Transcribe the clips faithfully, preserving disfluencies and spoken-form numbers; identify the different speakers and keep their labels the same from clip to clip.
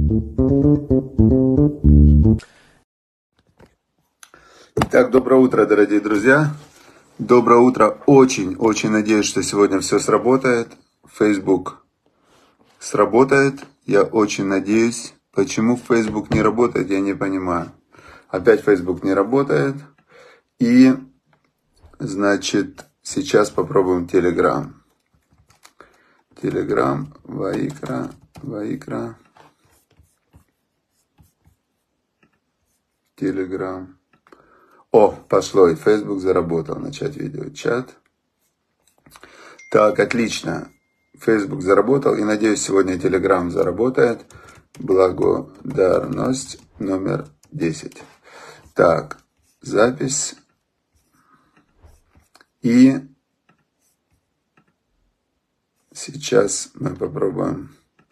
Speaker 1: Итак, доброе утро, дорогие друзья. Доброе утро. Очень-очень надеюсь, что сегодня все сработает. Facebook сработает. Я очень надеюсь. Почему Facebook не работает, я не понимаю. Опять Facebook не работает. И, значит, сейчас попробуем Telegram. Telegram, Ваикра, Ваикра. Telegram. О, пошло, и Facebook заработал. Начать видеочат. Так, отлично. Facebook заработал, и надеюсь, сегодня Telegram заработает. Благодарность номер десять. Так, запись. И сейчас мы попробуем.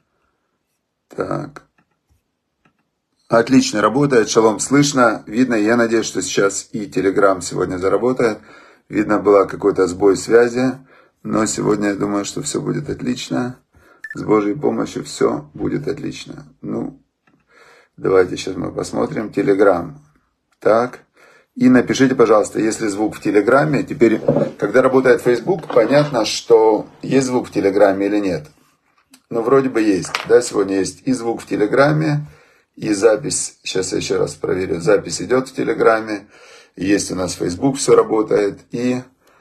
Speaker 1: Так. Отлично, работает. Шалом, слышно, видно. Я надеюсь, что сейчас и Telegram сегодня заработает. Видно, был какой-то сбой связи. Но сегодня я думаю, что все будет отлично. С Божьей помощью все будет отлично. Ну, давайте сейчас мы посмотрим. Telegram. Так. И напишите, пожалуйста, если звук в Телеграме. Теперь, когда работает Facebook, понятно, что есть звук в Телеграме или нет. Ну, вроде бы есть. Да, сегодня есть и звук в Телеграме, и запись. Сейчас я еще раз проверю. Запись идет в Телеграме. Есть у нас Facebook, все работает. И,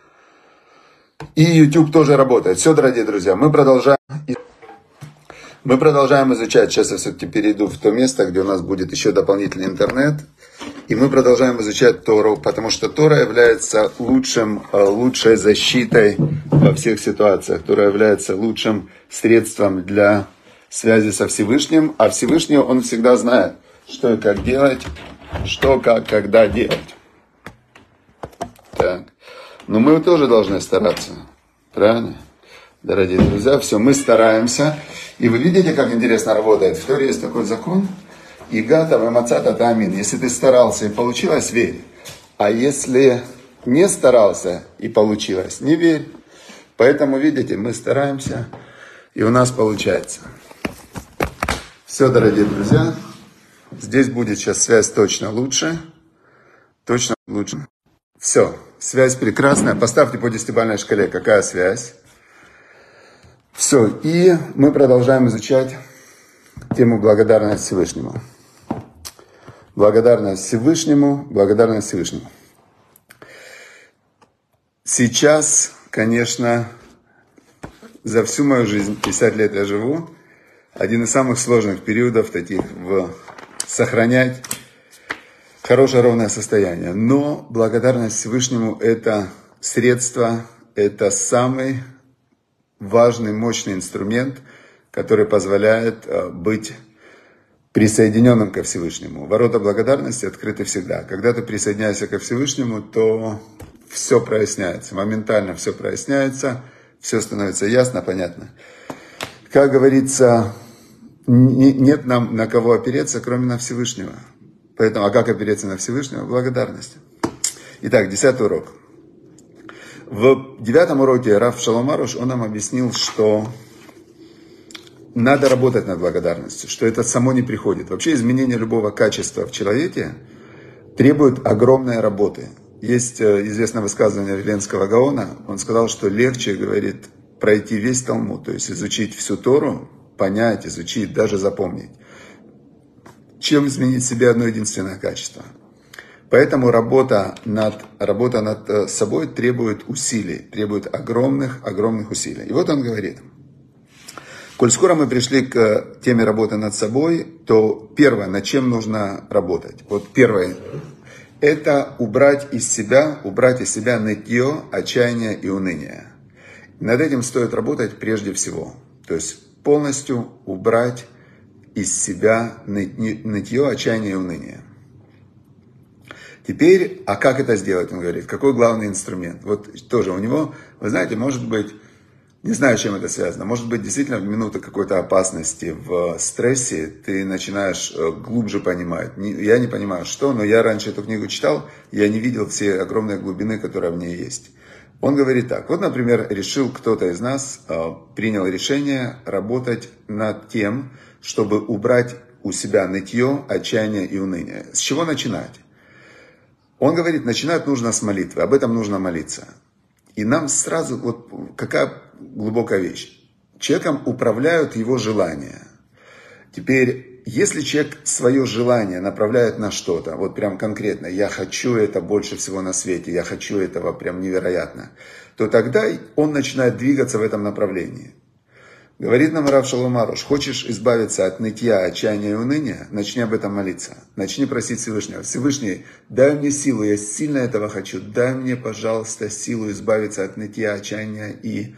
Speaker 1: и YouTube тоже работает. Все, дорогие друзья, мы продолжаем. Мы продолжаем изучать, сейчас я все-таки перейду в то место, где у нас будет еще дополнительный интернет. И мы продолжаем изучать Тору, потому что Тора является лучшим, лучшей защитой во всех ситуациях. Тора является лучшим средством для связи со Всевышним. А Всевышний, он всегда знает, что и как делать, что, как, когда делать. Так. Но мы тоже должны стараться, правильно? Дорогие друзья, все, мы стараемся. И вы видите, как интересно работает. В Торе есть такой закон. Игата вамацата тамин. Если ты старался и получилось, верь. А если не старался и получилось, не верь. Поэтому, видите, мы стараемся, и у нас получается. Все, дорогие друзья. Здесь будет сейчас связь точно лучше. Точно лучше. Все, связь прекрасная. Поставьте по десятибалльной шкале, какая связь. Все, и мы продолжаем изучать тему благодарности Всевышнему. Благодарность Всевышнему, благодарность Всевышнему. Сейчас, конечно, за всю мою жизнь, пятьдесят лет я живу, один из самых сложных периодов таких в сохранять хорошее ровное состояние. Но благодарность Всевышнему – это средство, это самый важный, мощный инструмент, который позволяет быть присоединенным ко Всевышнему. Ворота благодарности открыты всегда. Когда ты присоединяешься ко Всевышнему, то все проясняется. Моментально все проясняется, все становится ясно, понятно. Как говорится, нет нам на кого опереться, кроме на Всевышнего. Поэтому, а как опереться на Всевышнего? Благодарность. Итак, десятый урок. В девятом уроке Рав Шалом Аруш, он нам объяснил, что надо работать над благодарностью, что это само не приходит. Вообще изменение любого качества в человеке требует огромной работы. Есть известное высказывание Виленского Гаона, он сказал, что легче, говорит, пройти весь Талмуд, то есть изучить всю Тору, понять, изучить, даже запомнить, чем изменить в себе одно единственное качество. Поэтому работа над, работа над собой требует усилий, требует огромных, огромных усилий. И вот он говорит, коль скоро мы пришли к теме работы над собой, то первое, над чем нужно работать. Вот первое, это убрать из себя, убрать из себя нытье, отчаяние и уныние. Над этим стоит работать прежде всего. То есть полностью убрать из себя нытье, отчаяние и уныние. Теперь, а как это сделать, он говорит, какой главный инструмент? Вот тоже у него, вы знаете, может быть, не знаю, с чем это связано, может быть, действительно в минуту какой-то опасности, в стрессе ты начинаешь глубже понимать. Я не понимаю, что, но я раньше эту книгу читал, я не видел все огромные глубины, которые в ней есть. Он говорит так, вот, например, решил кто-то из нас, принял решение работать над тем, чтобы убрать у себя нытье, отчаяние и уныние. С чего начинать? Он говорит, начинать нужно с молитвы, об этом нужно молиться. И нам сразу, вот какая глубокая вещь. Человеком управляют его желания. Теперь, если человек свое желание направляет на что-то, вот прям конкретно, я хочу это больше всего на свете, я хочу этого прям невероятно, то тогда он начинает двигаться в этом направлении. Говорит нам Рав Шолом Аруш, хочешь избавиться от нытья, отчаяния и уныния, начни об этом молиться. Начни просить Всевышнего. Всевышний, дай мне силу, я сильно этого хочу. Дай мне, пожалуйста, силу избавиться от нытья, отчаяния и,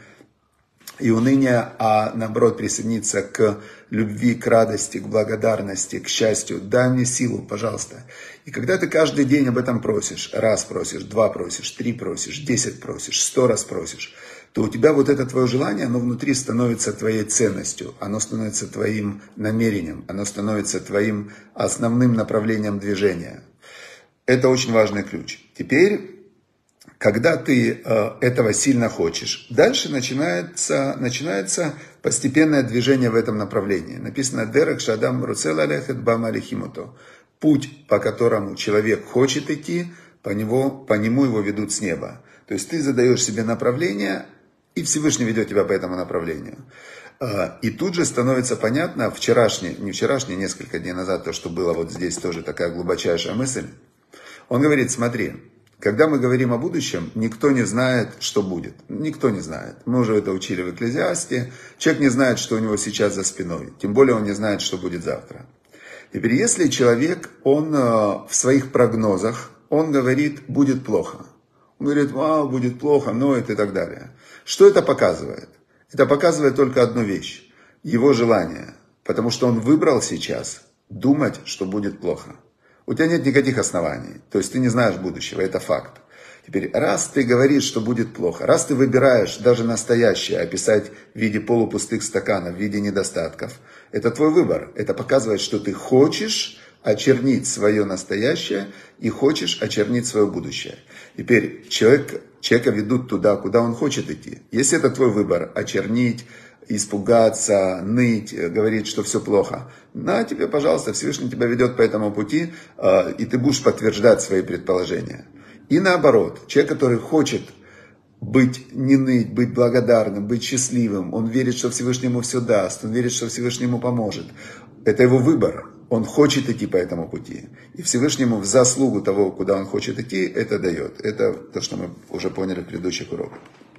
Speaker 1: и уныния, а наоборот присоединиться к любви, к радости, к благодарности, к счастью. Дай мне силу, пожалуйста. И когда ты каждый день об этом просишь, раз просишь, два просишь, три просишь, десять просишь, сто раз просишь, то у тебя вот это твое желание, оно внутри становится твоей ценностью, оно становится твоим намерением, оно становится твоим основным направлением движения. Это очень важный ключ. Теперь, когда ты э, этого сильно хочешь, дальше начинается, начинается постепенное движение в этом направлении. Написано «Дерек шадам руцел алехет бам алихимуто». Путь, по которому человек хочет идти, по, него, по нему его ведут с неба. То есть ты задаешь себе направление, и Всевышний ведет тебя по этому направлению. И тут же становится понятно, вчерашний, не вчерашний, несколько дней назад, то, что было вот здесь тоже такая глубочайшая мысль. Он говорит, смотри, когда мы говорим о будущем, никто не знает, что будет. Никто не знает. Мы уже это учили в Экклезиасте. Человек не знает, что у него сейчас за спиной. Тем более он не знает, что будет завтра. Теперь, если человек, он в своих прогнозах, он говорит, будет плохо. Он говорит, вау, будет плохо, ноет и так далее. Что это показывает? Это показывает только одну вещь. Его желание. Потому что он выбрал сейчас думать, что будет плохо. У тебя нет никаких оснований. То есть ты не знаешь будущего, это факт. Теперь, раз ты говоришь, что будет плохо, раз ты выбираешь даже настоящее описать в виде полупустых стаканов, в виде недостатков, это твой выбор. Это показывает, что ты хочешь очернить свое настоящее и хочешь очернить свое будущее. Теперь человек, человека ведут туда, куда он хочет идти. Если это твой выбор, очернить, испугаться, ныть, говорить, что все плохо, на тебе, пожалуйста, Всевышний тебя ведет по этому пути, и ты будешь подтверждать свои предположения. И наоборот, человек, который хочет быть, не ныть, быть благодарным, быть счастливым, он верит, что Всевышний ему все даст, он верит, что Всевышний ему поможет. Это его выбор. Он хочет идти по этому пути. И Всевышнему в заслугу того, куда он хочет идти, это дает. Это то, что мы уже поняли в предыдущих уроках.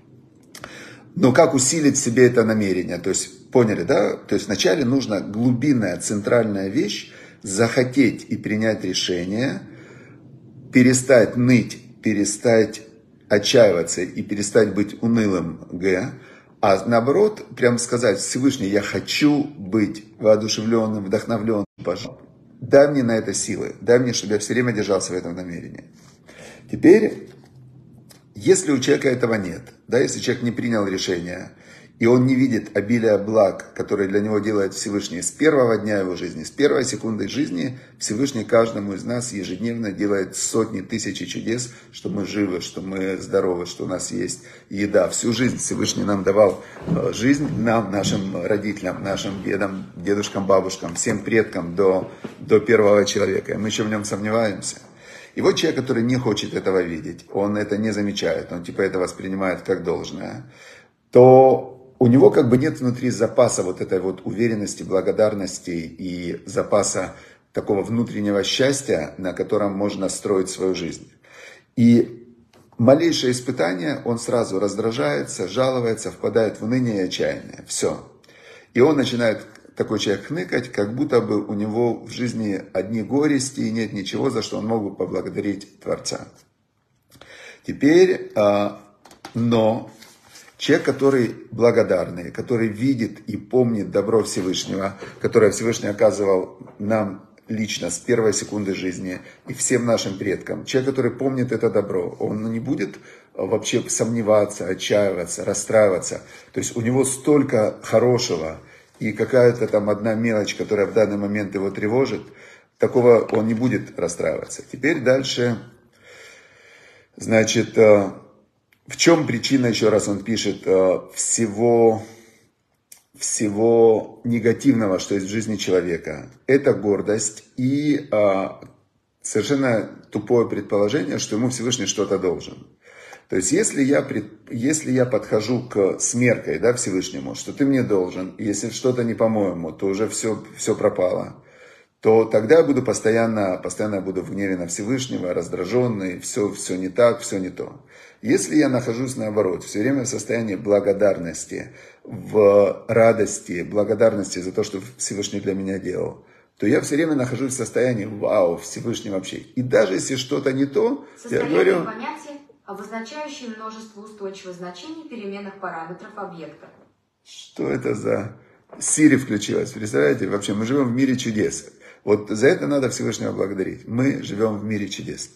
Speaker 1: Но как усилить в себе это намерение? То есть, поняли, да? То есть, вначале нужна глубинная, центральная вещь, захотеть и принять решение, перестать ныть, перестать отчаиваться и перестать быть унылым, г. А наоборот, прям сказать, Всевышний, я хочу быть воодушевленным, вдохновленным, пожалуйста. Дай мне на это силы, дай мне, чтобы я все время держался в этом намерении. Теперь, если у человека этого нет, да, если человек не принял решение, и он не видит обилия благ, которые для него делает Всевышний с первого дня его жизни, с первой секунды жизни, Всевышний каждому из нас ежедневно делает сотни тысяч чудес, что мы живы, что мы здоровы, что у нас есть еда. Всю жизнь Всевышний нам давал жизнь, нам, нашим родителям, нашим дедам, дедушкам, бабушкам, всем предкам до, до первого человека. И мы еще в нем сомневаемся. И вот человек, который не хочет этого видеть, он это не замечает, он типа это воспринимает как должное, то у него как бы нет внутри запаса вот этой вот уверенности, благодарности и запаса такого внутреннего счастья, на котором можно строить свою жизнь. И малейшее испытание, он сразу раздражается, жалуется, впадает в уныние и отчаяние. Все. И он начинает, такой человек, хныкать, как будто бы у него в жизни одни горести и нет ничего, за что он мог бы поблагодарить Творца. Теперь, но... Человек, который благодарный, который видит и помнит добро Всевышнего, которое Всевышний оказывал нам лично с первой секунды жизни и всем нашим предкам. Человек, который помнит это добро, он не будет вообще сомневаться, отчаиваться, расстраиваться. То есть у него столько хорошего и какая-то там одна мелочь, которая в данный момент его тревожит, такого он не будет расстраиваться. Теперь дальше, значит... В чем причина, еще раз он пишет, всего, всего негативного, что есть в жизни человека. Это гордость и а, совершенно тупое предположение, что ему Всевышний что-то должен. То есть, если я, пред, если я подхожу к смеркой, да, Всевышнему, что ты мне должен, если что-то не по-моему, то уже все, все пропало, то тогда я буду постоянно, постоянно буду в гневе на Всевышнего, раздраженный, все, все не так, все не то. Если я нахожусь наоборот, все время в состоянии благодарности, в радости, благодарности за то, что Всевышний для меня делал, то я все время нахожусь в состоянии вау, Всевышний вообще. И даже если что-то не то,
Speaker 2: состояние
Speaker 1: я говорю...
Speaker 2: понятия, обозначающее множество устойчивых значений переменных параметров объекта.
Speaker 1: Что это за... Сири включилась, представляете? Вообще, мы живем в мире чудес. Вот за это надо Всевышнего благодарить. Мы живем в мире чудес.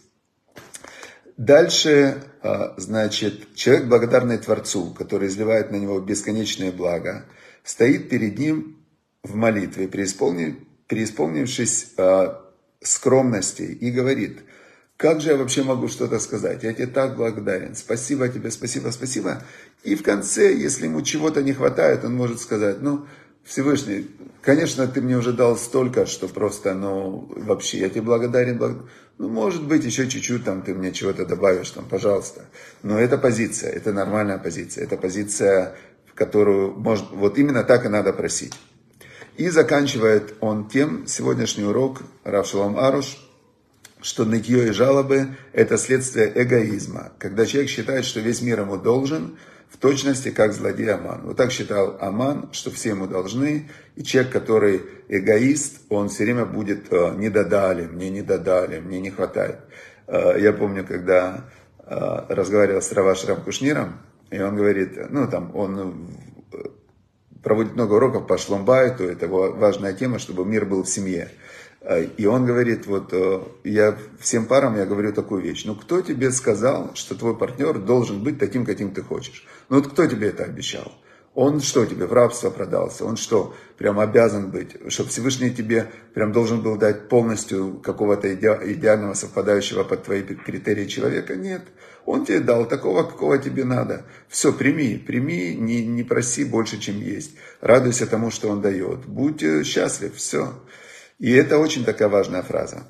Speaker 1: Дальше, значит, человек, благодарный Творцу, который изливает на него бесконечное благо, стоит перед ним в молитве, преисполнившись скромности, и говорит: как же я вообще могу что-то сказать? Я тебе так благодарен. Спасибо тебе, спасибо, спасибо. И в конце, если ему чего-то не хватает, он может сказать: ну, Всевышний, конечно, ты мне уже дал столько, что просто, ну, вообще, я тебе благодарен. Благ... Ну, может быть, еще чуть-чуть там ты мне чего-то добавишь, там, пожалуйста. Но это позиция, это нормальная позиция. Это позиция, в которую, может, вот именно так и надо просить. И заканчивает он тем, сегодняшний урок, Рав Шолом Аруш, что нытье и жалобы – это следствие эгоизма. Когда человек считает, что весь мир ему должен, в точности, как злодей Аман. Вот так считал Аман, что все ему должны. И человек, который эгоист, он все время будет «не додали, мне не додали, мне не хватает». Я помню, когда разговаривал с Рав Ашером Кушниром, и он говорит, ну там, он проводит много уроков по шломбайту, это важная тема, чтобы мир был в семье. И он говорит, вот я всем парам я говорю такую вещь: ну кто тебе сказал, что твой партнер должен быть таким, каким ты хочешь? Ну вот кто тебе это обещал? Он что, тебе в рабство продался? Он что, прям обязан быть? Чтобы Всевышний тебе прям должен был дать полностью какого-то иде- идеального, совпадающего под твои критерии человека? Нет. Он тебе дал такого, какого тебе надо. Все, прими, прими, не, не проси больше, чем есть. Радуйся тому, что он дает. Будь счастлив, все. И это очень такая важная фраза.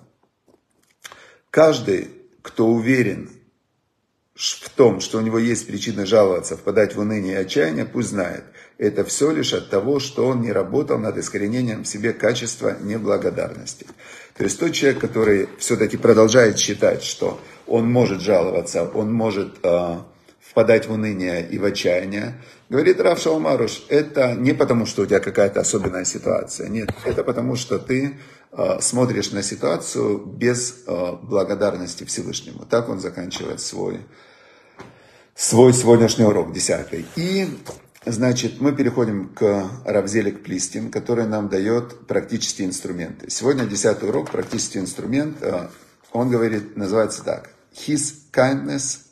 Speaker 1: Каждый, кто уверен в том, что у него есть причины жаловаться, впадать в уныние и отчаяние, пусть знает, это все лишь от того, что он не работал над искоренением в себе качества неблагодарности. То есть тот человек, который все-таки продолжает считать, что он может жаловаться, он может э, впадать в уныние и в отчаяние, говорит Рав Шолом Аруш, это не потому, что у тебя какая-то особенная ситуация. Нет, это потому, что ты э, смотришь на ситуацию без э, благодарности Всевышнему. Так он заканчивает свой, свой сегодняшний урок, десятый. И, значит, мы переходим к Рав Зелик Плистин, который нам дает практические инструменты. Сегодня десятый урок, практический инструмент. Э, он говорит, называется так. His kindness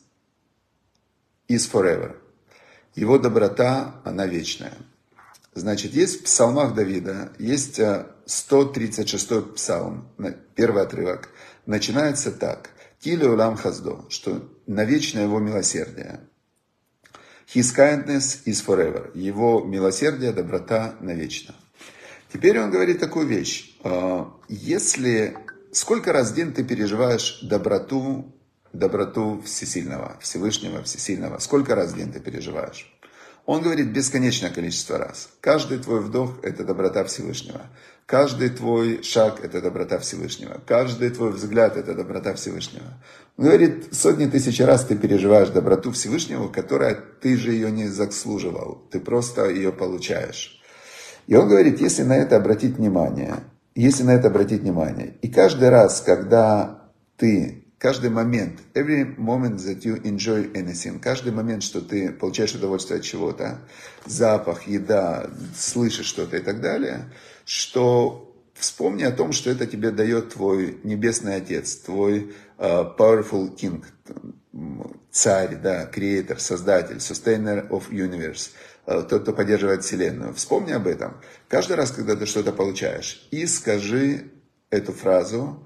Speaker 1: is forever. Его доброта, она вечная. Значит, есть в псалмах Давида, есть сто тридцать шестой псалм, первый отрывок. Начинается так. Ки леулам хаздо, что на вечное его милосердие. His kindness is forever. Его милосердие, доброта навечно. Теперь он говорит такую вещь. Если сколько раз в день ты переживаешь доброту, доброту Всесильного, Всевышнего, Всесильного. Сколько раз в день ты переживаешь? Он говорит бесконечное количество раз. Каждый твой вдох – это доброта Всевышнего. Каждый твой шаг – это доброта Всевышнего. Каждый твой взгляд – это доброта Всевышнего. Он говорит, сотни тысяч раз ты переживаешь доброту Всевышнего, которая ты же ее не заслуживал. Ты просто ее получаешь. И он говорит, если на это обратить внимание, если на это обратить внимание, и каждый раз, когда ты каждый момент, every moment that you enjoy anything, каждый момент, что ты получаешь удовольствие от чего-то, запах, еда, слышишь что-то и так далее, что вспомни о том, что это тебе дает твой Небесный Отец, твой uh, powerful king, царь, да, creator, создатель, sustainer of universe, uh, тот, кто поддерживает Вселенную. Вспомни об этом. Каждый раз, когда ты что-то получаешь, и скажи эту фразу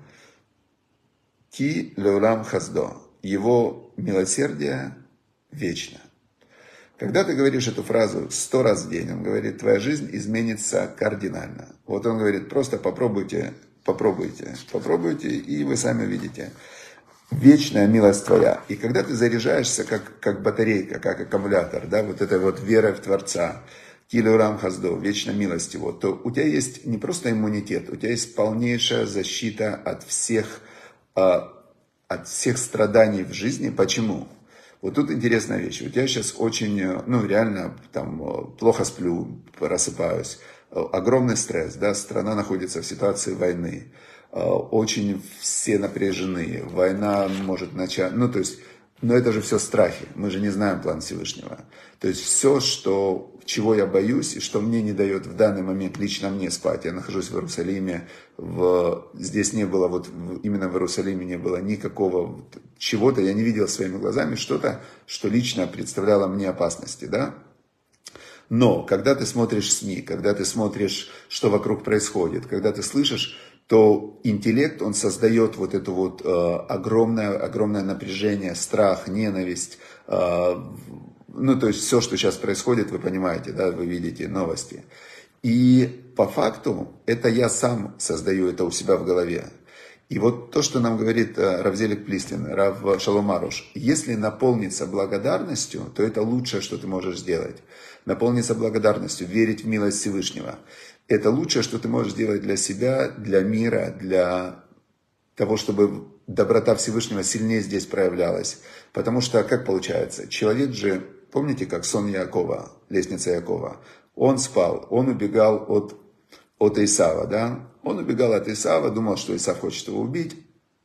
Speaker 1: Ки леулам хаздо. Его милосердие вечно. Когда ты говоришь эту фразу сто раз в день, он говорит, твоя жизнь изменится кардинально. Вот он говорит, просто попробуйте, попробуйте, попробуйте, и вы сами увидите. Вечная милость твоя. И когда ты заряжаешься как, как батарейка, как аккумулятор, да, вот этой вот верой в Творца, Килюрам Хаздо, вечная милость его, то у тебя есть не просто иммунитет, у тебя есть полнейшая защита от всех, от всех страданий в жизни. Почему? Вот тут интересная вещь. У тебя сейчас очень, ну реально, там, плохо сплю, просыпаюсь, огромный стресс, да, страна находится в ситуации войны, очень все напряжены, война может начать, ну то есть, но это же все страхи, мы же не знаем план Всевышнего. То есть все, что, чего я боюсь и что мне не дает в данный момент лично мне спать. Я нахожусь в Иерусалиме, в, здесь не было, вот именно в Иерусалиме не было никакого чего-то, я не видел своими глазами что-то, что лично представляло мне опасности, да. Но когда ты смотришь СМИ, когда ты смотришь, что вокруг происходит, когда ты слышишь, то интеллект, он создает вот это вот э, огромное, огромное напряжение, страх, ненависть. Э, ну, то есть все, что сейчас происходит, вы понимаете, да, вы видите новости. И по факту это я сам создаю это у себя в голове. И вот то, что нам говорит Рав Зелик Плислин, Рав Шалом Аруш, если наполниться благодарностью, то это лучшее, что ты можешь сделать. Наполниться благодарностью, верить в милость Всевышнего. Это лучшее, что ты можешь сделать для себя, для мира, для того, чтобы доброта Всевышнего сильнее здесь проявлялась. Потому что, как получается, человек же, помните, как сон Яакова, лестница Яакова, он спал, он убегал от, от Исава, да? Он убегал от Исава, думал, что Исав хочет его убить.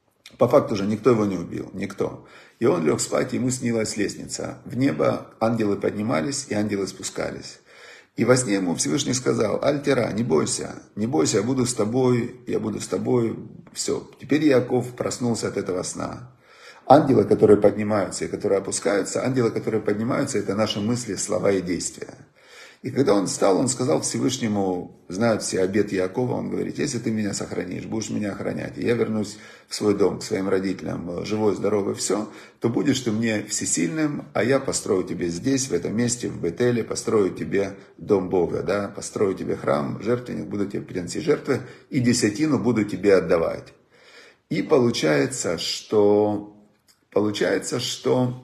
Speaker 1: По факту же никто его не убил, никто. И он лег спать, ему снилась лестница. В небо ангелы поднимались и ангелы спускались. И во сне ему Всевышний сказал: Аль-Тера, не бойся, не бойся, я буду с тобой, я буду с тобой. Все. Теперь Яаков проснулся от этого сна. Ангелы, которые поднимаются и которые опускаются, ангелы, которые поднимаются, это наши мысли, слова и действия. И когда он встал, он сказал Всевышнему, знают все обет Яакова, он говорит: если ты меня сохранишь, будешь меня охранять, и я вернусь в свой дом, к своим родителям, живой, здоровый, все, то будешь ты мне всесильным, а я построю тебе здесь, в этом месте, в Бетеле, построю тебе дом Бога, да, построю тебе храм, жертвенник, буду тебе приносить жертвы, и десятину буду тебе отдавать. И получается, что, получается, что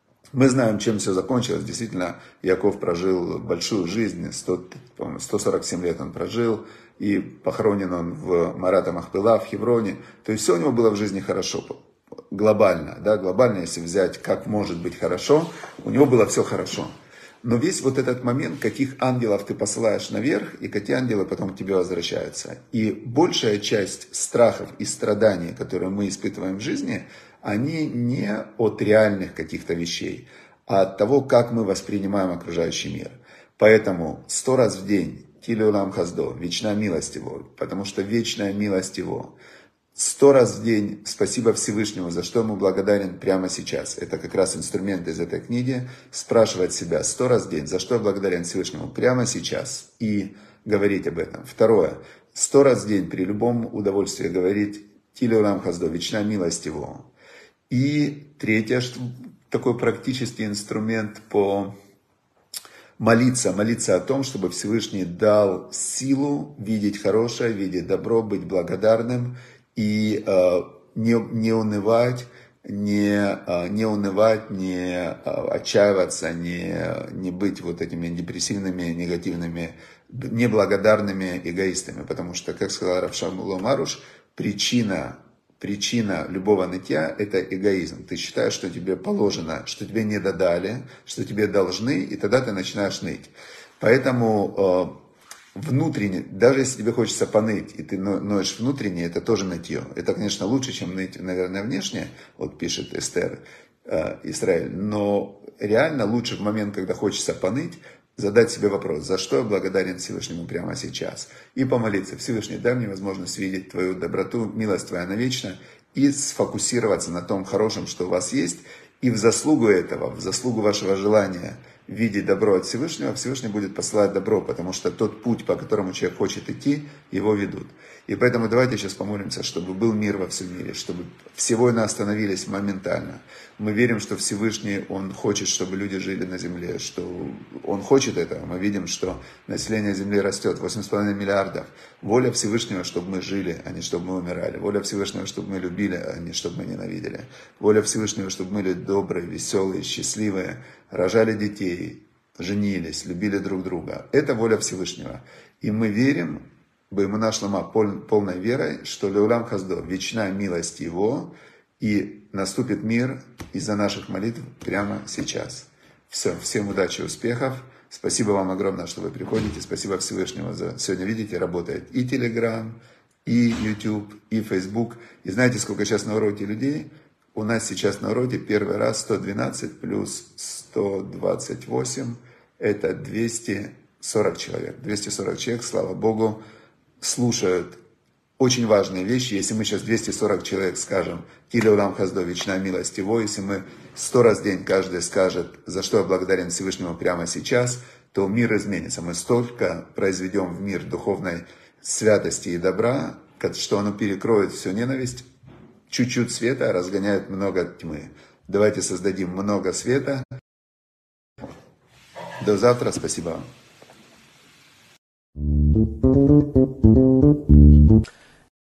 Speaker 1: мы знаем, чем все закончилось. Действительно, Яаков прожил большую жизнь, сто, сто сорок семь лет он прожил, и похоронен он в Марата Махпела, в Хевроне. То есть все у него было в жизни хорошо, глобально, да, глобально, если взять, как может быть хорошо, у него было все хорошо. Но весь вот этот момент, каких ангелов ты посылаешь наверх, и какие ангелы потом к тебе возвращаются. И большая часть страхов и страданий, которые мы испытываем в жизни, они не от реальных каких-то вещей, а от того, как мы воспринимаем окружающий мир. Поэтому сто раз в день Килю Лам Хаздо, вечная милость его, потому что вечная милость его. Сто раз в день спасибо Всевышнему, за что ему благодарен прямо сейчас. Это как раз инструмент из этой книги. Спрашивать себя сто раз в день, за что я благодарен Всевышнему прямо сейчас. И говорить об этом. Второе. Сто раз в день при любом удовольствии говорить Килю Лам Хаздо, вечная милость его. И третье, что такой практический инструмент по молиться, молиться о том, чтобы Всевышний дал силу видеть хорошее, видеть добро, быть благодарным и э, не, не унывать, не, э, не унывать, не э, отчаиваться, не, не быть вот этими депрессивными, негативными, неблагодарными эгоистами. Потому что, как сказал Рав Шалом Аруш, причина Причина любого нытья – это эгоизм. Ты считаешь, что тебе положено, что тебе не додали, что тебе должны, и тогда ты начинаешь ныть. Поэтому э, внутренне, даже если тебе хочется поныть, и ты ноешь внутренне, это тоже нытье. Это, конечно, лучше, чем ныть, наверное, внешне, вот пишет Эстер э, Исраэль. Но реально лучше в момент, когда хочется поныть, задать себе вопрос: за что я благодарен Всевышнему прямо сейчас? И помолиться: Всевышний, дай мне возможность видеть Твою доброту, милость Твоя навечно, и сфокусироваться на том хорошем, что у вас есть, и в заслугу этого, в заслугу вашего желания видеть добро от Всевышнего, Всевышний будет посылать добро, потому что тот путь, по которому человек хочет идти, его ведут. И поэтому давайте сейчас помолимся, чтобы был мир во всем мире, чтобы все войны остановились моментально. Мы верим, что Всевышний, Он хочет, чтобы люди жили на земле, что Он хочет этого. Мы видим, что население земли растет, восемь с половиной миллиардов. Воля Всевышнего, чтобы мы жили, а не чтобы мы умирали. Воля Всевышнего, чтобы мы любили, а не чтобы мы ненавидели. Воля Всевышнего, чтобы мы были добрые, веселые, счастливые, рожали детей, женились, любили друг друга. Это воля Всевышнего. И мы верим, Баймуна Шлама, полной верой, что Леулам Хаздо, вечная милость Его, и наступит мир из-за наших молитв прямо сейчас. Все, всем удачи и успехов. Спасибо вам огромное, что вы приходите. Спасибо Всевышнему за... Сегодня, видите, работает и Telegram, и YouTube, и Facebook. И знаете, сколько сейчас на уроке людей? У нас сейчас на уроке первый раз сто двенадцать плюс сто двадцать восемь. Это двести сорок человек. двести сорок человек, слава Богу, слушают очень важные вещи. Если мы сейчас двести сорок человек скажем «Тиле улам хаздо, вечная милость Его», если мы сто раз в день каждый скажет, за что я благодарен Всевышнему прямо сейчас, то мир изменится. Мы столько произведем в мир духовной святости и добра, что оно перекроет всю ненависть. Чуть-чуть света разгоняет много тьмы. Давайте создадим много света. До завтра. Спасибо вам.